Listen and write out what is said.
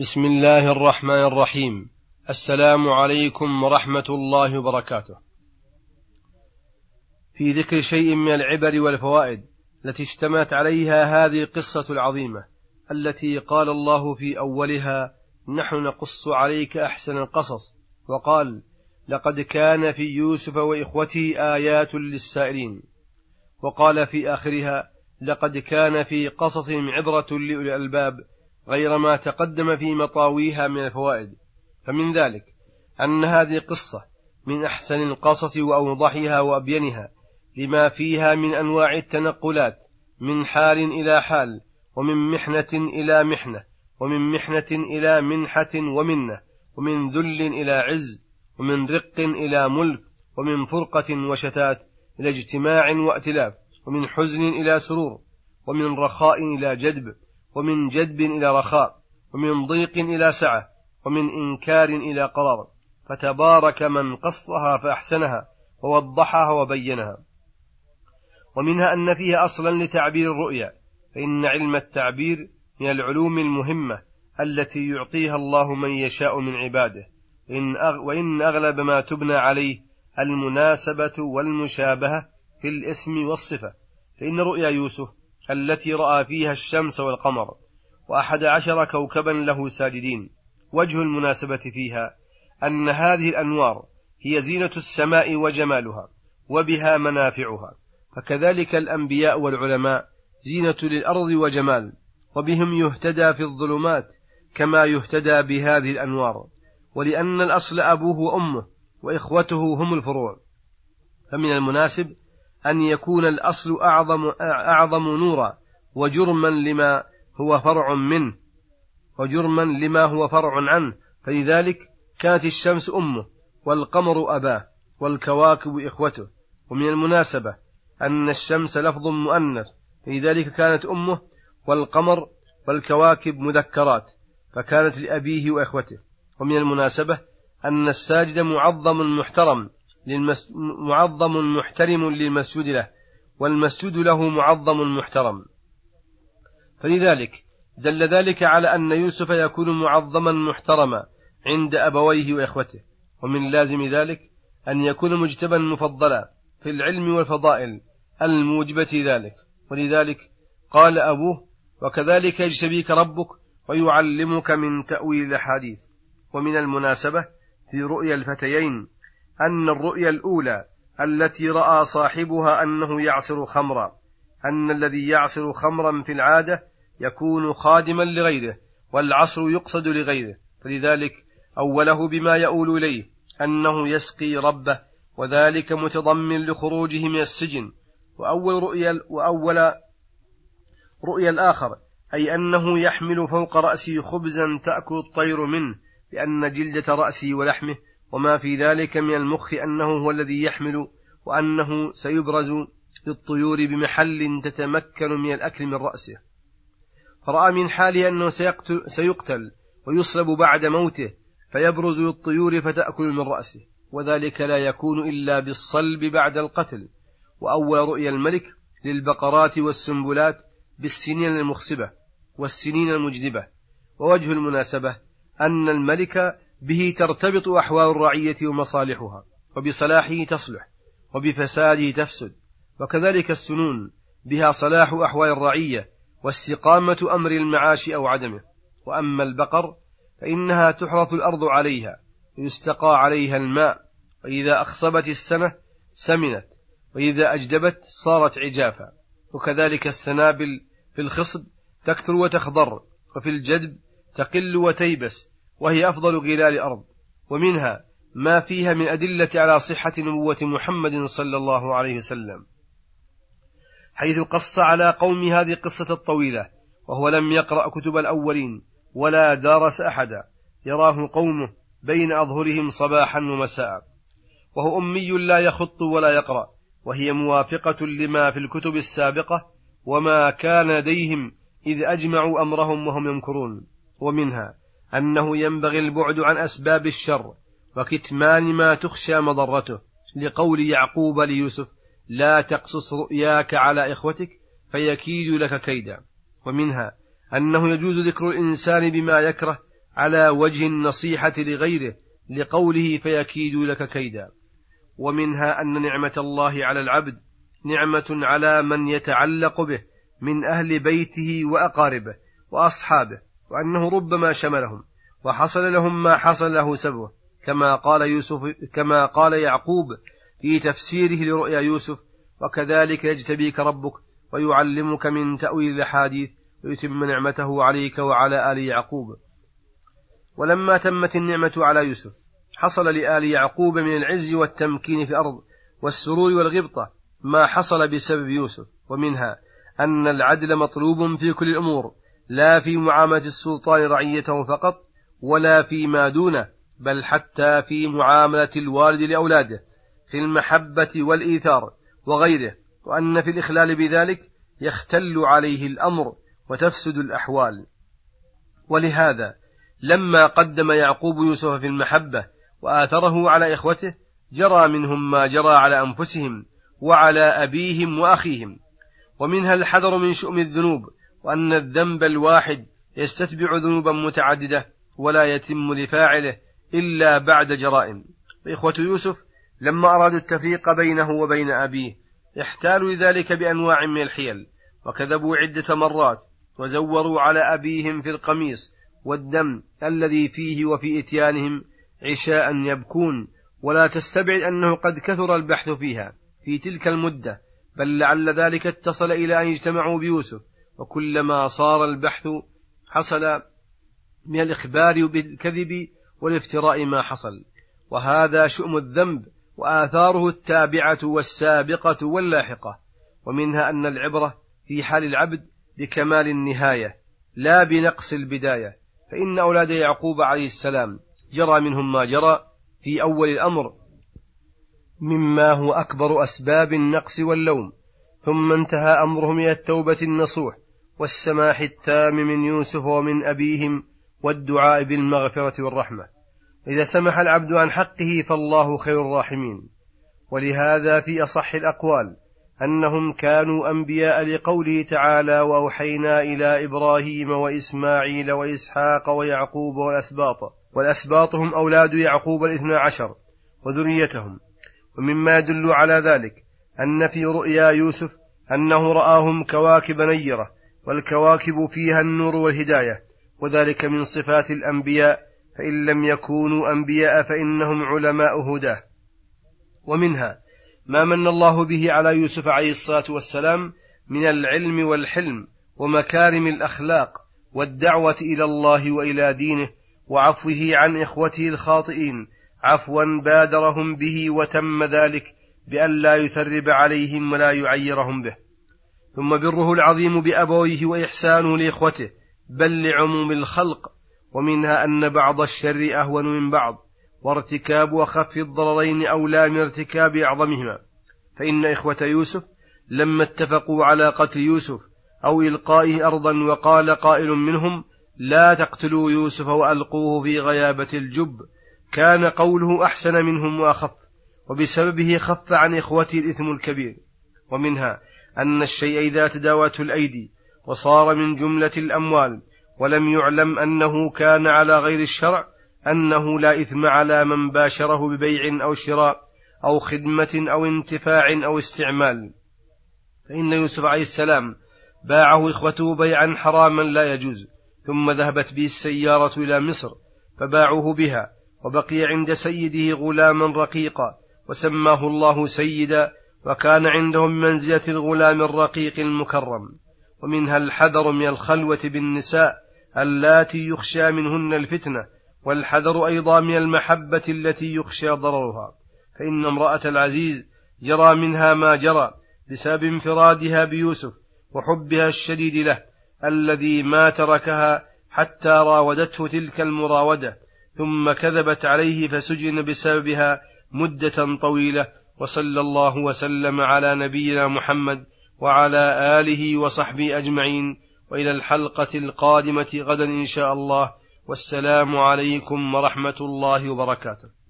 بسم الله الرحمن الرحيم. السلام عليكم ورحمة الله وبركاته. في ذكر شيء من العبر والفوائد التي اشتملت عليها هذه القصة العظيمة التي قال الله في أولها: نحن نقص عليك أحسن القصص، وقال: لقد كان في يوسف وإخوته آيات للسائلين، وقال في آخرها: لقد كان في قصصهم عبرة لأولي الألباب، غير ما تقدم في مطاويها من الفوائد. فمن ذلك أن هذه قصة من أحسن القصص وأوضحها وأبينها، لما فيها من أنواع التنقلات من حال إلى حال، ومن محنة إلى محنة، ومن محنة إلى منحة ومنة، ومن ذل إلى عز، ومن رق إلى ملك، ومن فرقة وشتات إلى اجتماع وائتلاف، ومن حزن إلى سرور، ومن رخاء إلى جدب، ومن جدب إلى رخاء، ومن ضيق إلى سعة، ومن إنكار إلى قرار. فتبارك من قصها فأحسنها ووضحها وبينها. ومنها أن فيها أصلا لتعبير الرؤيا، فإن علم التعبير من العلوم المهمة التي يعطيها الله من يشاء من عباده، وإن أغلب ما تبنى عليه المناسبة والمشابهة في الاسم والصفة. فإن رؤيا يوسف التي رأى فيها الشمس والقمر 11 كوكبا له ساجدين، وجه المناسبة فيها أن هذه الأنوار هي زينة السماء وجمالها، وبها منافعها. فكذلك الأنبياء والعلماء زينة للأرض وجمال، وبهم يهتدى في الظلمات كما يهتدى بهذه الأنوار. ولأن الأصل أبوه وأمه وإخوته هم الفروع، فمن المناسب أن يكون الأصل أعظم نورا وجرما لما هو فرع منه، وجرما لما هو فرع عنه. فلذلك كانت الشمس أمه، والقمر أباه، والكواكب إخوته. ومن المناسبة أن الشمس لفظ مؤنث، فلذلك كانت أمه والقمر والكواكب مذكرات، فكانت لأبيه وإخوته. ومن المناسبة أن الساجد معظم محترم للمسجود له، والمسجود له معظم محترم. فلذلك دل ذلك على أن يوسف يكون معظما محترما عند أبويه وإخوته. ومن لازم ذلك أن يكون مجتبا مفضلا في العلم والفضائل الموجبة ذلك. ولذلك قال أبوه: وكذلك يجتبيك ربك ويعلمك من تأويل الأحاديث. ومن المناسبة في رؤيا الفتيين أن الرؤيا الأولى التي رأى صاحبها أنه يعصر خمرا، أن الذي يعصر خمرا في العادة يكون خادما لغيره، والعصر يقصد لغيره، فلذلك أوله بما يؤول إليه أنه يسقي ربه، وذلك متضمن لخروجه من السجن. وأول رؤيا الآخر أي أنه يحمل فوق رأسه خبزا تأكل الطير منه، لأن جلدة رأسه ولحمه وما في ذلك من المخ أنه هو الذي يحمل، وأنه سيبرز للطيور بمحل تتمكن من الأكل من رأسه. فرأى من حاله أنه سيقتل ويصلب بعد موته، فيبرز للطيور فتأكل من رأسه، وذلك لا يكون إلا بالصلب بعد القتل. وأول رؤيا الملك للبقرات والسنبلات بالسنين المخصبة والسنين المجدبة. ووجه المناسبة أن الملك به ترتبط أحوال الرعية ومصالحها، وبصلاحه تصلح وبفساده تفسد. وكذلك السنون بها صلاح أحوال الرعية واستقامة أمر المعاش أو عدمه. وأما البقر فإنها تحرث الأرض عليها ويستقى عليها الماء، وإذا أخصبت السنة سمنت، وإذا أجدبت صارت عجافا. وكذلك السنابل في الخصب تكثر وتخضر، وفي الجدب تقل وتيبس، وهي أفضل غلال الأرض. ومنها ما فيها من أدلة على صحة نبوة محمد صلى الله عليه وسلم، حيث قص على قوم هذه القصة الطويلة وهو لم يقرأ كتب الأولين ولا دارس أحدا، يراه قومه بين أظهرهم صباحا ومساء، وهو أمي لا يخط ولا يقرأ، وهي موافقة لما في الكتب السابقة وما كان لديهم إذ أجمعوا أمرهم وهم يمكرون. ومنها أنه ينبغي البعد عن أسباب الشر وكتمان ما تخشى مضرته، لقول يعقوب ليوسف: لا تقصص رؤياك على إخوتك فيكيد لك كيدا. ومنها أنه يجوز ذكر الإنسان بما يكره على وجه النصيحة لغيره لقوله فيكيد لك كيدا. ومنها أن نعمة الله على العبد نعمة على من يتعلق به من أهل بيته وأقاربه وأصحابه، وأنه ربما شملهم وحصل لهم ما حصل له سببه، كما قال يعقوب في تفسيره لرؤيا يوسف: وكذلك يجتبيك ربك ويعلمك من تأويل الأحاديث ويتم نعمته عليك وعلى آل يعقوب. ولما تمت النعمة على يوسف حصل لآل يعقوب من العز والتمكين في الأرض والسرور والغبطة ما حصل بسبب يوسف. ومنها أن العدل مطلوب في كل الأمور، لا في معاملة السلطان رعيته فقط ولا فيما دونه، بل حتى في معاملة الوالد لأولاده في المحبة والإيثار وغيره، وأن في الإخلال بذلك يختل عليه الأمر وتفسد الأحوال. ولهذا لما قدم يعقوب يوسف في المحبة وآثره على إخوته جرى منهم ما جرى على أنفسهم وعلى أبيهم وأخيهم. ومنها الحذر من شؤم الذنوب، وأن الذنب الواحد يستتبع ذنوبا متعددة ولا يتم لفاعله إلا بعد جرائم. وإخوة يوسف لما أرادوا التفريق بينه وبين أبيه احتالوا لذلك بأنواع من الحيل، وكذبوا عدة مرات، وزوروا على أبيهم في القميص والدم الذي فيه وفي إتيانهم عشاء يبكون، ولا تستبعد أنه قد كثر البحث فيها في تلك المدة، بل لعل ذلك اتصل إلى أن يجتمعوا بيوسف، وكلما صار البحث حصل من الإخبار بالكذب والافتراء ما حصل. وهذا شؤم الذنب وآثاره التابعة والسابقة واللاحقة. ومنها أن العبرة في حال العبد بكمال النهاية لا بنقص البداية، فإن أولاد يعقوب عليه السلام جرى منهم ما جرى في أول الأمر مما هو أكبر أسباب النقص واللوم، ثم انتهى أمرهم إلى التوبة النصوح والسماح التام من يوسف ومن أبيهم والدعاء بالمغفرة والرحمة. إذا سمح العبد عن حقه فالله خير الراحمين. ولهذا في أصح الأقوال أنهم كانوا أنبياء لقوله تعالى: وأوحينا إلى إبراهيم وإسماعيل وإسحاق ويعقوب والأسباط هم أولاد يعقوب 12 وذريتهم. ومما يدل على ذلك أن في رؤيا يوسف أنه رآهم كواكب نيرة، والكواكب فيها النور والهداية، وذلك من صفات الأنبياء، فإن لم يكونوا أنبياء فإنهم علماء هداه. ومنها ما من الله به على يوسف عليه الصلاة والسلام من العلم والحلم ومكارم الأخلاق والدعوة إلى الله وإلى دينه، وعفوه عن إخوته الخاطئين عفوا بادرهم به، وتم ذلك بأن لا يثرب عليهم ولا يعيرهم به. ثم بره العظيم بأبويه وإحسانه لإخوته بل لعموم الخلق. ومنها أن بعض الشر أهون من بعض، وارتكاب أخف الضررين أولى من ارتكاب أعظمهما. فإن إخوة يوسف لما اتفقوا على قتل يوسف أو إلقائه أرضا وقال قائل منهم: لا تقتلوا يوسف وألقوه في غيابة الجب، كان قوله أحسن منهم وأخف، وبسببه خف عن إخوته الإثم الكبير. ومنها أن الشيء إذا تداوته الأيدي وصار من جملة الأموال ولم يعلم أنه كان على غير الشرع أنه لا إثم على من باشره ببيع أو شراء أو خدمة أو انتفاع أو استعمال. فإن يوسف عليه السلام باعه إخوته بيعا حراما لا يجوز، ثم ذهبت به السيارة إلى مصر فباعوه بها، وبقي عند سيده غلاما رقيقا وسماه الله سيدا، وكان عندهم منزلة الغلام الرقيق المكرم. ومنها الحذر من الخلوة بالنساء اللاتي يخشى منهن الفتنة، والحذر أيضا من المحبة التي يخشى ضررها، فإن امرأة العزيز جرى منها ما جرى بسبب انفرادها بيوسف وحبها الشديد له الذي ما تركها حتى راودته تلك المراودة، ثم كذبت عليه فسجن بسببها مدة طويلة. وصلى الله وسلم على نبينا محمد وعلى آله وصحبه أجمعين، وإلى الحلقة القادمة غدا إن شاء الله، والسلام عليكم ورحمة الله وبركاته.